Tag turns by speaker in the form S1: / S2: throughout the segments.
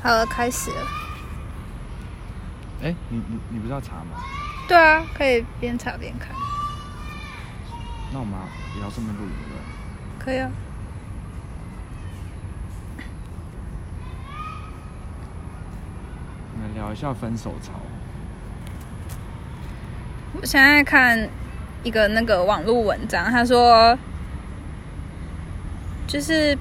S1: 好了，开始了。
S2: 你不是要查吗？
S1: 对啊，可以边查边看。
S2: 那我们也要顺便录影对不对？
S1: 可以啊。
S2: 我们聊一下分手潮。
S1: 我现在看一个网络文章，他说，就是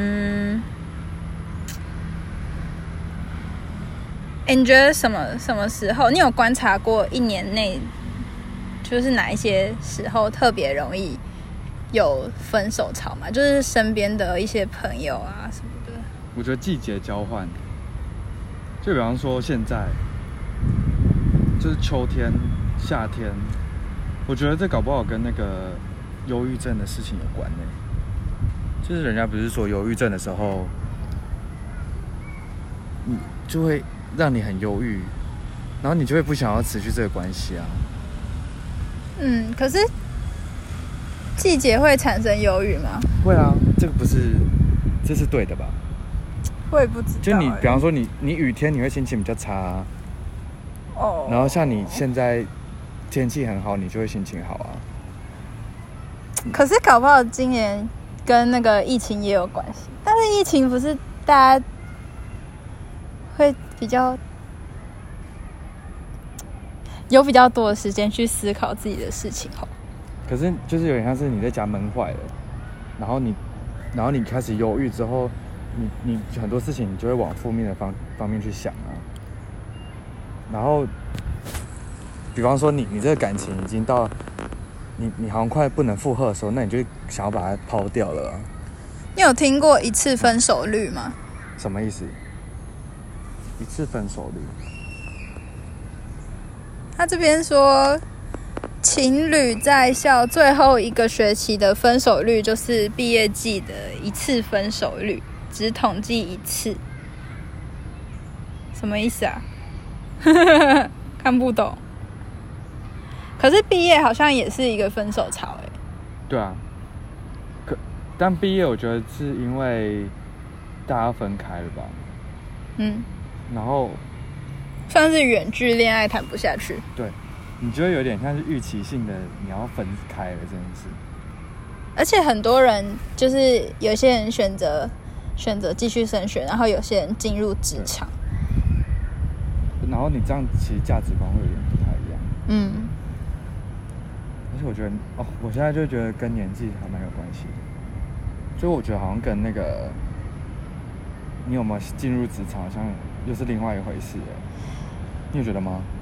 S1: 你觉得什么时候？你有观察过一年内，就是哪一些时候特别容易有分手潮吗？就是身边的一些朋友啊什么的。
S2: 我觉得季节交换，就比方说现在就是秋天、夏天，我觉得这搞不好跟那个忧郁症的事情有关呢。就是人家不是说忧郁症的时候，就会让你很忧郁，然后你就会不想要持续这个关系啊。
S1: 可是季节会产生忧郁吗？
S2: 会啊，这是对的吧？
S1: 我也不知道。
S2: 就你比方说你雨天你会心情比较差啊，然后像你现在天气很好，你就会心情好啊。
S1: 可是搞不好今年跟那个疫情也有关系，但是疫情不是大家会有比较多的时间去思考自己的事情吼。
S2: 可是就是有点像是你在家闷坏了，然后你开始忧郁之后，你很多事情你就会往负面的方面去想啊。然后，比方说你这个感情已经到你好像快不能负荷的时候，那你就想要把它抛掉了啊。
S1: 你有听过一次分手率吗？
S2: 什么意思？一次分手率？
S1: 他这边说，情侣在校最后一个学期的分手率就是毕业季的一次分手率，只统计一次。什么意思啊？看不懂。可是毕业好像也是一个分手潮欸。
S2: 对啊。但毕业我觉得是因为大家分开了吧。然后
S1: 算是远距恋爱谈不下去。
S2: 对，你觉得有点像是预期性的你要分开了这件事。
S1: 而且很多人就是有些人选择继续升学，然后有些人进入职场。
S2: 然后你这样其实价值观会有点不太一样。而且我觉得我现在就觉得跟年纪还蛮有关系的。所以我觉得好像跟那个你有没有进入职场好像又是另外一回事耶。你有觉得吗？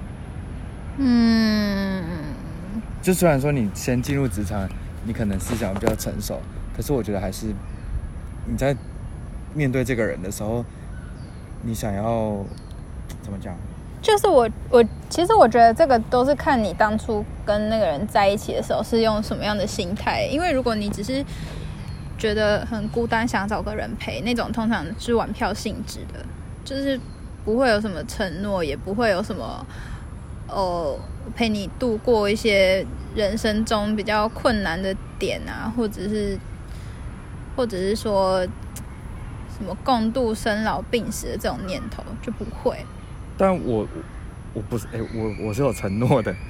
S2: 就虽然说你先进入职场，你可能思想比较成熟，可是我觉得还是你在面对这个人的时候，你想要怎么讲？
S1: 就是其实我觉得这个都是看你当初跟那个人在一起的时候是用什么样的心态。因为如果你只是觉得很孤单，想找个人陪，那种通常是玩票性质的，就是不会有什么承诺，也不会有什么陪你度过一些人生中比较困难的点啊，或者是说什么共度生老病死的这种念头就不会。
S2: 但我不是我是有承诺的。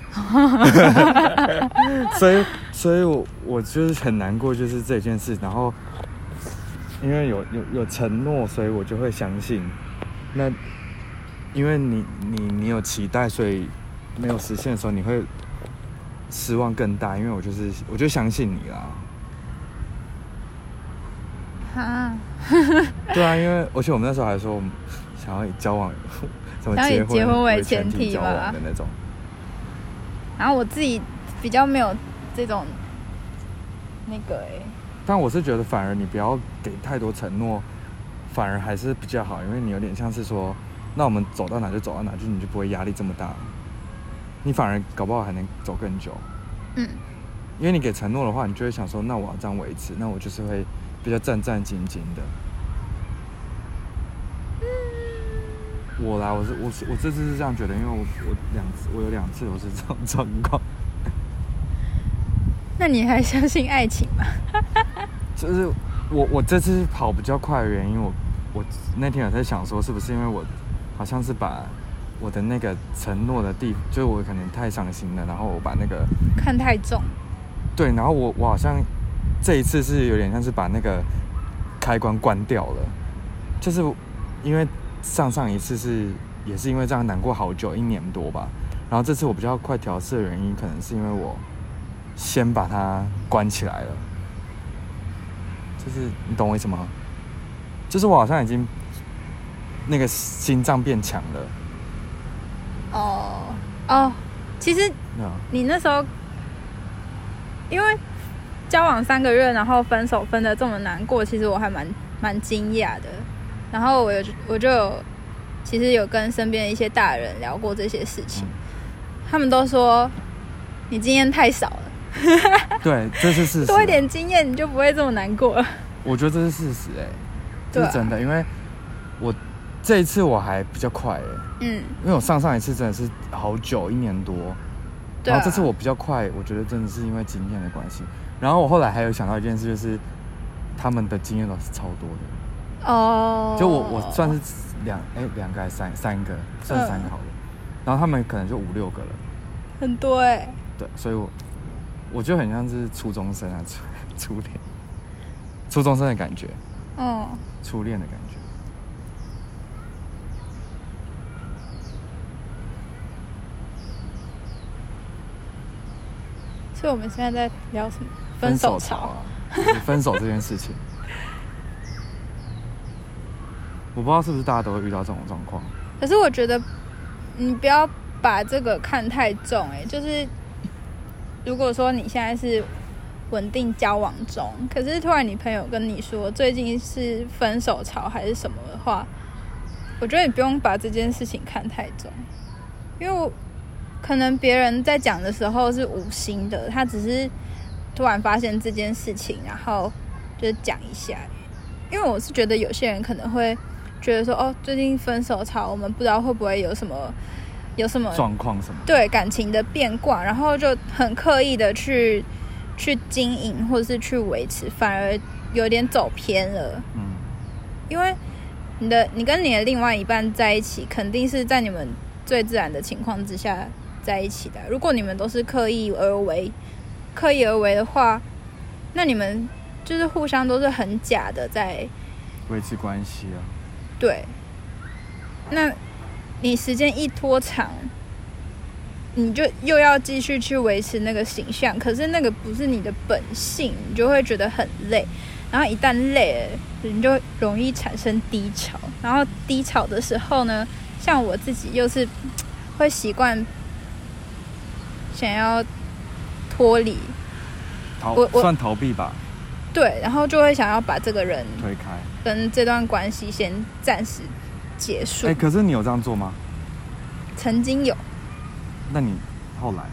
S2: 所以我就是很难过，就是这件事。然后因为有承诺，所以我就会相信。那因为你有期待，所以没有实现的时候，你会失望更大。因为我就相信你啦。对啊，因为而且我们那时候还说我们想要以交往什么结婚为前提交往的那种。然
S1: 后我自己比较没有这种
S2: 但我是觉得反而你不要给太多承诺，反而还是比较好。因为你有点像是说，那我们走到哪就走到哪，就你就不会压力这么大，你反而搞不好还能走更久。因为你给承诺的话，你就会想说，那我要这样维持，那我就是会比较战战兢兢的。我这次是这样觉得，因为我有2次都是这种状况。
S1: 那你还相信爱情吗？
S2: 就是我这次跑比较快的原因， 我那天有在想说，是不是因为我好像是把我的那个承诺的就是我可能太伤心了，然后我把那个
S1: 看太重。
S2: 对，然后我好像这一次是有点像是把那个开关关掉了，就是因为上一次也是因为这样难过好久，1年多吧。然后这次我比较快调试的原因，可能是因为我先把它关起来了，就是你懂我意思吗？就是我好像已经那个心脏变强了。
S1: 其实你那时候因为交往3个月，然后分手分得这么难过，其实我还蛮惊讶的。然后我就其实有跟身边的一些大人聊过这些事情，他们都说你经验太少了。
S2: 对，这是事实。
S1: 多一点经验，你就不会这么难过了。
S2: 我觉得这是事实这是真的，因为我这一次我还比较快因为我上一次真的是好久，1年多，然后这次我比较快，我觉得真的是因为经验的关系。然后我后来还有想到一件事，就是他们的经验都是超多的。就我算是两个还是三个，算3个好了。然后他们可能就5、6个了，
S1: 很多
S2: 对，所以我就很像是初中生啊，初恋，初中生的感觉，初恋的感觉。
S1: 所以我们现在在聊什么？分手潮
S2: 分手这件事情，我不知道是不是大家都会遇到这种状况。
S1: 可是我觉得你不要把这个看太重就是如果说你现在是稳定交往中，可是突然你朋友跟你说最近是分手潮还是什么的话，我觉得你不用把这件事情看太重，因为可能别人在讲的时候是无心的，他只是突然发现这件事情，然后就讲一下。因为我是觉得有些人可能会觉得说，最近分手潮，我们不知道会不会有什么
S2: 状况什么，
S1: 对感情的变卦，然后就很刻意的去经营或者是去维持，反而有点走偏了。因为你跟你的另外一半在一起，肯定是在你们最自然的情况之下在一起的。如果你们都是刻意而为的话，那你们就是互相都是很假的在
S2: 维持关系啊。
S1: 对，那你时间一拖长，你就又要继续去维持那个形象，可是那个不是你的本性，你就会觉得很累。然后一旦累了，你就容易产生低潮。然后低潮的时候呢，像我自己又是会习惯想要脱离，
S2: 算逃避吧。
S1: 对，然后就会想要把这个人
S2: 推开，
S1: 跟这段关系先暂时结束。
S2: 可是你有这样做吗？
S1: 曾经有。
S2: 那你后来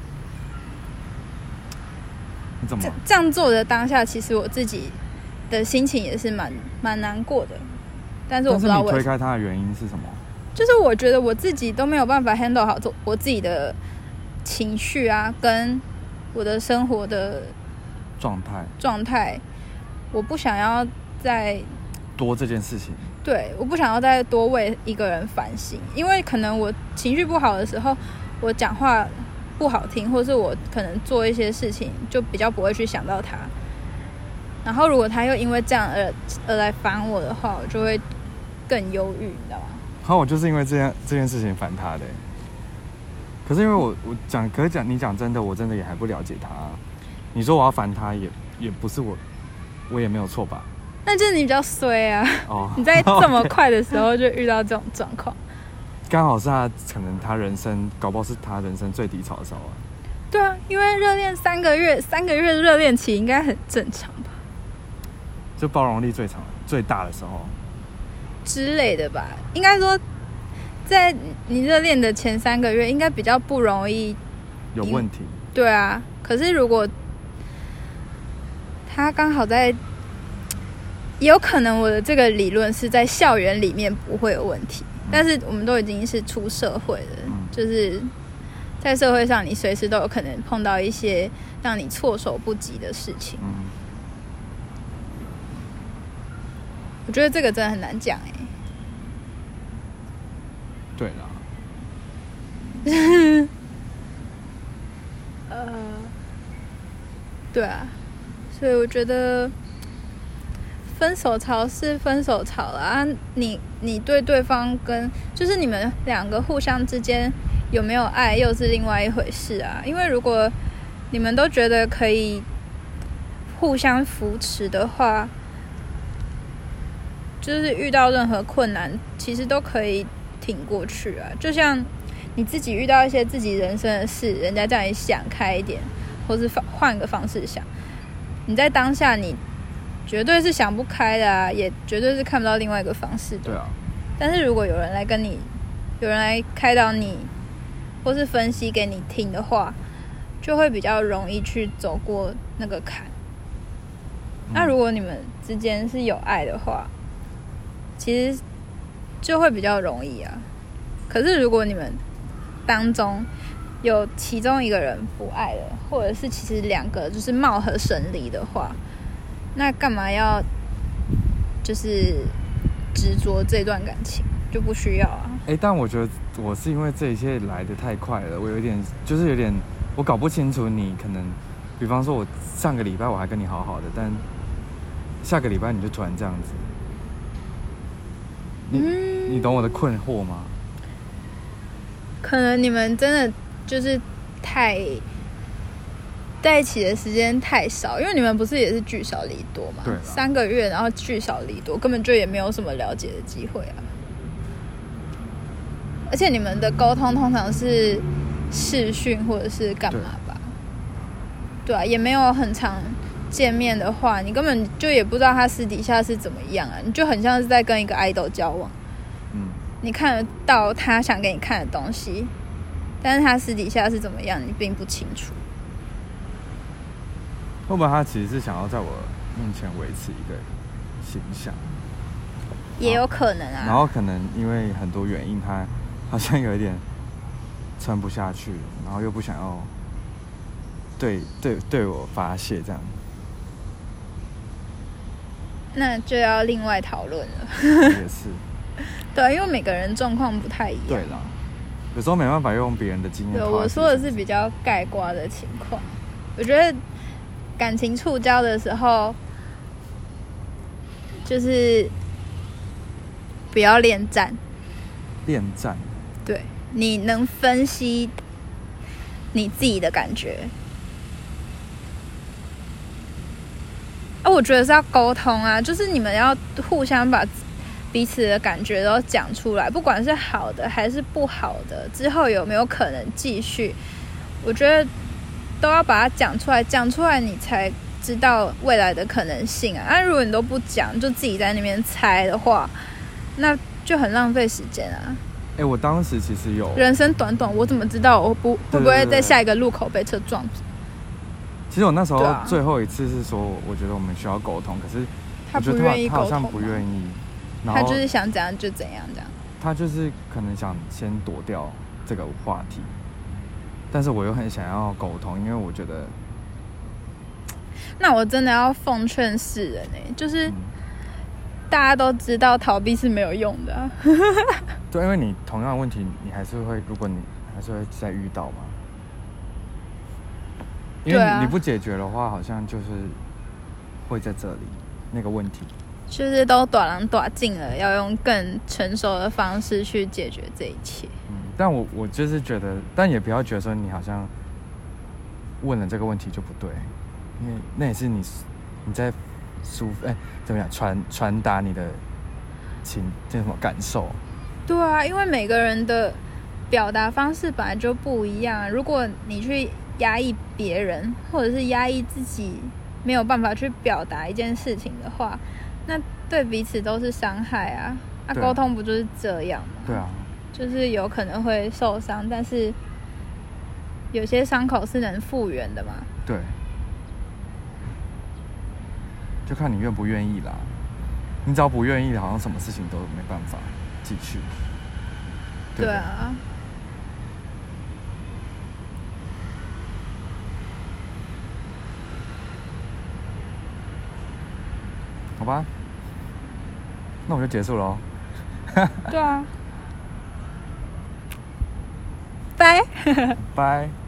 S2: 你怎么
S1: 这样做的当下，其实我自己的心情也是蛮难过的，但是我不知道
S2: 你推开他的原因是什么？
S1: 就是我觉得我自己都没有办法 handle 好我自己的情绪啊，跟我的生活的状态，我不想要再
S2: 多这件事情。
S1: 对，我不想要再多为一个人反省，因为可能我情绪不好的时候，我讲话不好听，或是我可能做一些事情就比较不会去想到他。然后如果他又因为这样而来烦我的话，我就会更忧郁，你知道吗？
S2: 我就是因为这件事情烦他的。可是因为你讲真的，我真的也还不了解他。你说我要烦他也不是我也没有错吧？
S1: 那就是你比较衰啊！你在这么快的时候就遇到这种状况，
S2: 刚好是可能他人生，搞不好是他人生最低潮的时候啊。
S1: 对啊，因为热恋3个月的热恋期应该很正常吧？
S2: 就包容力最大的时候
S1: 之类的吧。应该说，在你热恋的前3个月，应该比较不容易
S2: 有问题。
S1: 对啊，可是如果他刚好在，也有可能我的这个理论是在校园里面不会有问题，但是我们都已经是出社会了，就是在社会上，你随时都有可能碰到一些让你措手不及的事情。 我觉得这个真的很难讲
S2: 对啦。
S1: 对啊，所以我觉得分手潮是分手潮啦，你对对方跟就是你们两个互相之间有没有爱又是另外一回事啊。因为如果你们都觉得可以互相扶持的话，就是遇到任何困难其实都可以挺过去啊。就像你自己遇到一些自己人生的事，人家叫你想开一点，或是换个方式想，你在当下你绝对是想不开的啊，也绝对是看不到另外一个方式的。
S2: 对啊。
S1: 但是如果有人来开导你，或是分析给你听的话，就会比较容易去走过那个坎。那如果你们之间是有爱的话，其实就会比较容易啊。可是如果你们当中有其中一个人不爱了，或者是其实两个就是貌合神离的话，那干嘛要就是执着这段感情？就不需要啊。
S2: 但我觉得我是因为这一切来得太快了，我有点我搞不清楚你可能，比方说我上个礼拜我还跟你好好的，但下个礼拜你就突然这样子，你懂我的困惑吗？
S1: 可能你们真的就是在一起的时间太少，因为你们不是也是聚少离多嘛？3个月，然后聚少离多，根本就也没有什么了解的机会啊。而且你们的沟通通常是视讯或者是干嘛吧？对啊，也没有很常见面的话，你根本就也不知道他私底下是怎么样啊。你就很像是在跟一个 idol 交往，你看得到他想给你看的东西，但是他私底下是怎么样，你并不清楚。
S2: 会不会他其实是想要在我面前维持一个形象？
S1: 也有可能啊。
S2: 然后可能因为很多原因，他好像有一点撑不下去，然后又不想要对我发泄这样。
S1: 那就要另外讨论了。
S2: 也是。
S1: 对，因为每个人状况不太一样。
S2: 对啦，有时候没办法用别人的经验。
S1: 对，我说的是比较概括的情况。我觉得感情触礁的时候，就是不要恋战。
S2: 恋战。
S1: 对，你能分析你自己的感觉。我觉得是要沟通啊，就是你们要互相把彼此的感觉都讲出来，不管是好的还是不好的，之后有没有可能继续，我觉得都要把它讲出来，讲出来你才知道未来的可能性啊。如果你都不讲，就自己在那边猜的话，那就很浪费时间啊。
S2: 我当时其实有
S1: 人生短短，我怎么知道我会不会在下一个路口被车撞死？
S2: 其实我那时候最后一次是说，我觉得我们需要沟通，可是
S1: 他不愿意沟通，
S2: 他好像不愿意，
S1: 他就是想怎样就怎样这样。
S2: 他就是可能想先躲掉这个话题，但是我又很想要沟通，因为我觉得，
S1: 那我真的要奉劝世人就是大家都知道逃避是没有用的啊。
S2: 对，因为你同样的问题，你还是会，如果你还是会再遇到嘛。因为你不解决的话，好像就是会在这里那个问题，
S1: 就是都短狼短尽了，要用更成熟的方式去解决这一切。
S2: 但我就是觉得，但也不要觉得说你好像问了这个问题就不对，因为那也是你在怎么样传达你的这什么感受。
S1: 对啊，因为每个人的表达方式本来就不一样，如果你去压抑别人，或者是压抑自己没有办法去表达一件事情的话，那对彼此都是伤害啊。沟通不就是这样吗？
S2: 对啊，就是
S1: 有可能会受伤，但是有些伤口是能复原的嘛。
S2: 对，就看你愿不愿意啦。你只要不愿意，好像什么事情都没办法继续。
S1: 对啊。
S2: 好吧， 那我就结束了哦。
S1: 对啊，拜
S2: 拜。